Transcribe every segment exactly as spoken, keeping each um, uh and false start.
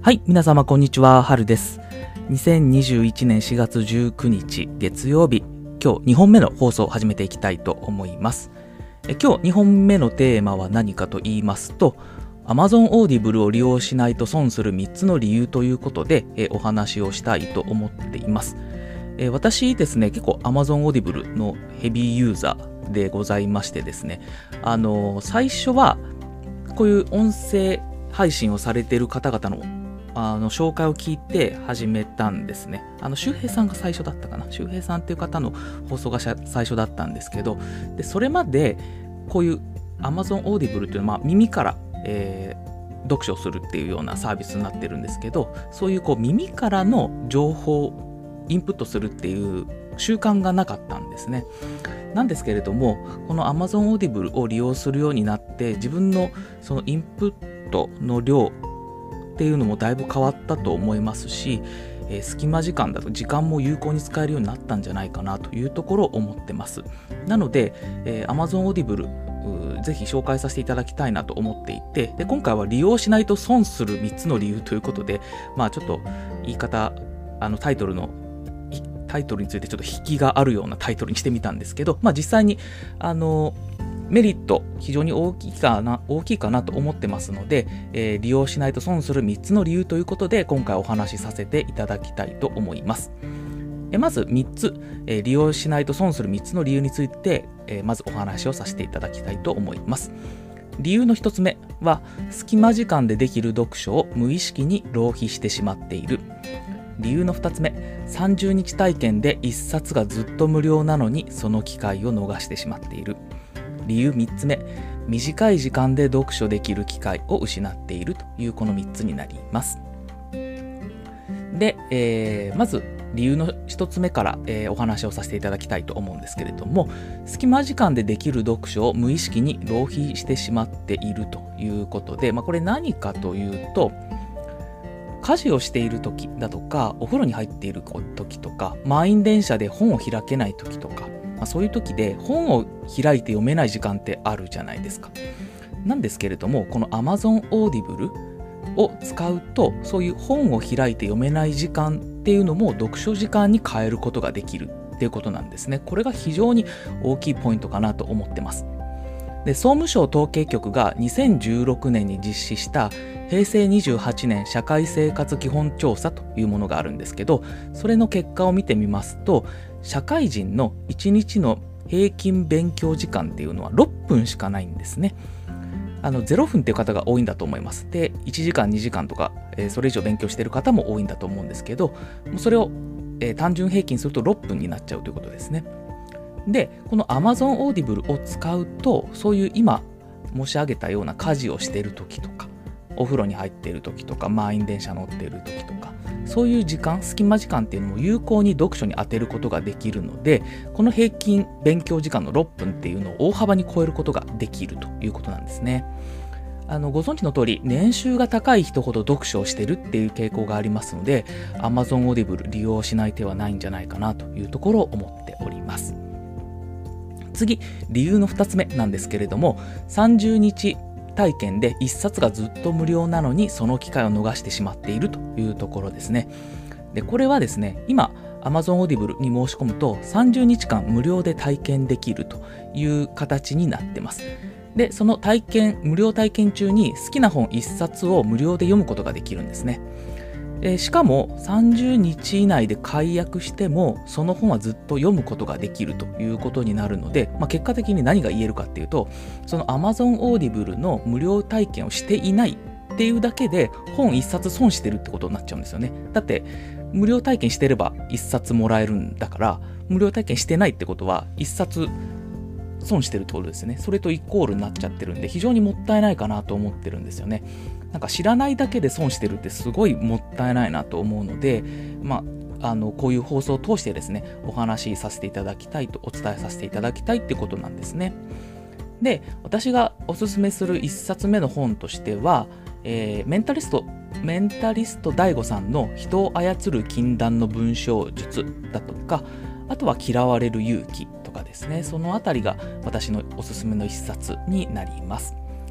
はい、皆様こんにちは、はるです。にせんにじゅういちねんしがつじゅうくにち月曜日、今日にほんめの放送を始めていきたいと思います。え今日にほんめのテーマは何かと言いますと、Amazon Audible を利用しないと損するみっつの理由ということでえお話をしたいと思っています。え私ですね、結構 Amazon Audible のヘビーユーザーでございましてですね、あの最初はこういう音声配信をされている方々のあの紹介を聞いて始めたんですね。あの周平さんが最初だったかな。周平さんっていう方の放送が最初だったんですけど、でそれまでこういう Amazon Audible っていうのは、まあ、耳から、えー、読書をするっていうようなサービスになってるんですけど、そういうこう耳からの情報をインプットするっていう習慣がなかったんですね。なんですけれども、この Amazon Audible を利用するようになって、自分のそのインプットの量っていうのもだいぶ変わったと思いますし、えー、隙間時間だと時間も有効に使えるようになったんじゃないかなというところを思ってます。なので、えー、Amazon Audibleぜひ紹介させていただきたいなと思っていて、で今回は利用しないと損するみっつの理由ということで、まあちょっと言い方、あのタイトルのタイトルについてちょっと引きがあるようなタイトルにしてみたんですけど、まあ実際にあのメリット非常に大きいかな大きいかなと思ってますので、えー、利用しないと損するみっつの理由ということで今回お話しさせていただきたいと思います。えまずみっつ、えー、利用しないと損するみっつの理由について、えー、まずお話をさせていただきたいと思います。理由のひとつめは、隙間時間でできる読書を無意識に浪費してしまっている。理由のふたつめ、さんじゅうにち体験でいっさつがずっと無料なのにその機会を逃してしまっている。理由みっつめ、短い時間で読書できる機会を失っているというこのみっつになります。で、えー、まず理由のひとつめから、えー、お話をさせていただきたいと思うんですけれども、隙間時間でできる読書を無意識に浪費してしまっているということで、まあ、これ何かというと、家事をしている時だとか、お風呂に入っている時とか、満員電車で本を開けない時とか、まあ、そういう時で本を開いて読めない時間ってあるじゃないですか。なんですけれども、この Amazon Audible を使うと、そういう本を開いて読めない時間っていうのも読書時間に変えることができるっていうことなんですね。これが非常に大きいポイントかなと思ってます。で、総務省統計局がにせんじゅうろくねんに実施したへいせいにじゅうはちねん社会生活基本調査というものがあるんですけど、それの結果を見てみますと、社会人のいちにちの平均勉強時間っていうのはろっぷんしかないんですね。あのゼロふんっていう方が多いんだと思います。で、いちじかんにじかんとか、えー、それ以上勉強している方も多いんだと思うんですけど、それを、えー、単純平均するとろっぷんになっちゃうということですね。で、この Amazon Audible を使うと、そういう今申し上げたような家事をしている時とか、お風呂に入っている時とか、満員電車乗っている時とか、そういう時間、隙間時間っていうのも有効に読書に当てることができるので、この平均勉強時間のろっぷんっていうのを大幅に超えることができるということなんですね。あのご存知の通り、年収が高い人ほど読書をしているっていう傾向がありますので、 Amazon Audible 利用しない手はないんじゃないかなというところを思っております。次、理由のふたつめなんですけれども、さんじゅうにち体験でいっさつがずっと無料なのにその機会を逃してしまっているというところですね。で、これはですね、今 Amazon Audible に申し込むとさんじゅうにちかん無料で体験できるという形になってます。で、その体験、無料体験中に好きな本いっさつを無料で読むことができるんですね。えー、しかもさんじゅうにち以内で解約してもその本はずっと読むことができるということになるので、まあ、結果的に何が言えるかっていうと、その Amazon Audible の無料体験をしていないっていうだけで本いっさつ損してるってことになっちゃうんですよね。だって無料体験してればいっさつもらえるんだから、無料体験してないってことはいっさつ損してるってことですね。それとイコールになっちゃってるんで、非常にもったいないかなと思ってるんですよね。なんか知らないだけで損してるってすごいもったいないなと思うので、まあ、あのこういう放送を通してですね、お話しさせていただきたいと、お伝えさせていただきたいってことなんですね。で、私がおすすめするいっさつめの本としては、えー、メンタリストメンタリスト ダイゴ さんの人を操る禁断の文章術だとか、あとは嫌われる勇気とかですね、そのあたりが私のおすすめのいっさつになります。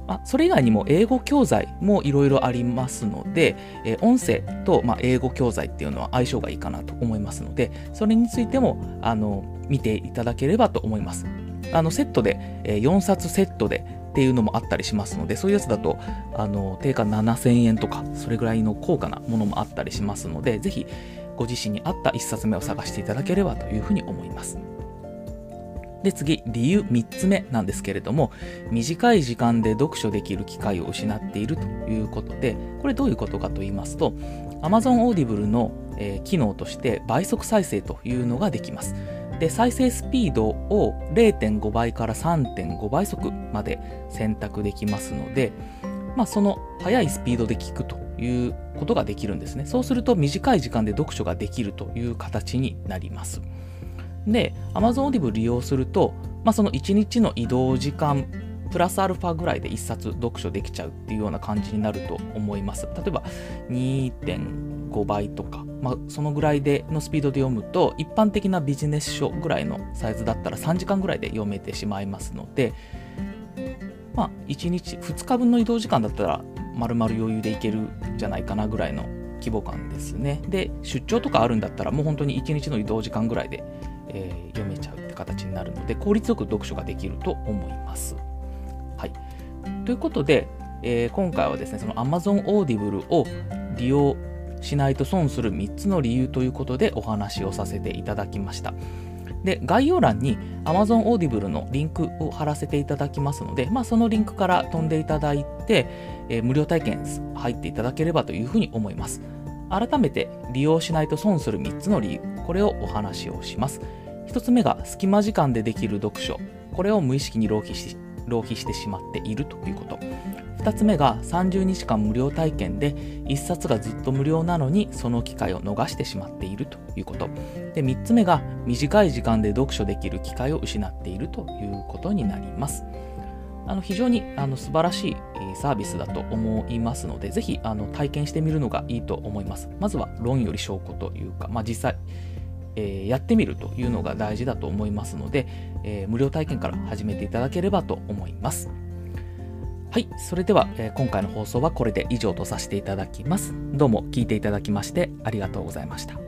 まあ、それ以外にも英語教材もいろいろありますので、えー、音声と、まあ、英語教材っていうのは相性がいいかなと思いますので、それについてもあの見ていただければと思います。あのセットで、えー、よんさつセットでっていうのもあったりしますので、そういうやつだとあの定価ななせんえんとかそれぐらいの高価なものもあったりしますので、ぜひご自身に合ったいっさつめを探していただければというふうに思います。で次、理由みっつめなんですけれども、短い時間で読書できる機会を失っているということで、これどういうことかと言いますと、 Amazon Audible の、えー、機能として倍速再生というのができます。で再生スピードを れいてんごばいから さんてんごばい速まで選択できますので、まあ、その速いスピードで聞くということができるんですね。そうすると短い時間で読書ができるという形になります。で Amazon Audible 利用すると、まあ、そのいちにちの移動時間プラスアルファぐらいでいっさつ読書できちゃうっていうような感じになると思います。例えば にてんごばいとか、まあ、そのぐらいでのスピードで読むと、一般的なビジネス書ぐらいのサイズだったらさんじかんぐらいで読めてしまいますので、まあ、いちにちふつかぶんの移動時間だったら丸々余裕でいけるんじゃないかなぐらいの規模感ですね。で出張とかあるんだったらもう本当にいちにちの移動時間ぐらいで、えー、読めちゃうって形になるので、効率よく読書ができると思います。はい、ということで、えー、今回はですね、その Amazon Audible を利用しないと損するみっつの理由ということでお話をさせていただきました。で概要欄に Amazon Audible のリンクを貼らせていただきますので、まあ、そのリンクから飛んでいただいて、えー、無料体験入っていただければというふうに思います。改めて利用しないと損するみっつの理由、これをお話をします。ひとつめが隙間時間でできる読書、これを無意識に浪費し浪費してしまっているということ。ふたつめがさんじゅうにちかん無料体験でいっさつがずっと無料なのにその機会を逃してしまっているということ。でみっつめが短い時間で読書できる機会を失っているということになります。あの非常にあの素晴らしいサービスだと思いますので、ぜひあの体験してみるのがいいと思います。まずは論より証拠というか、まあ、実際えー、やってみるというのが大事だと思いますので、えー、無料体験から始めていただければと思います。はい、それでは、えー、今回の放送はこれで以上とさせていただきます。どうも聞いていただきましてありがとうございました。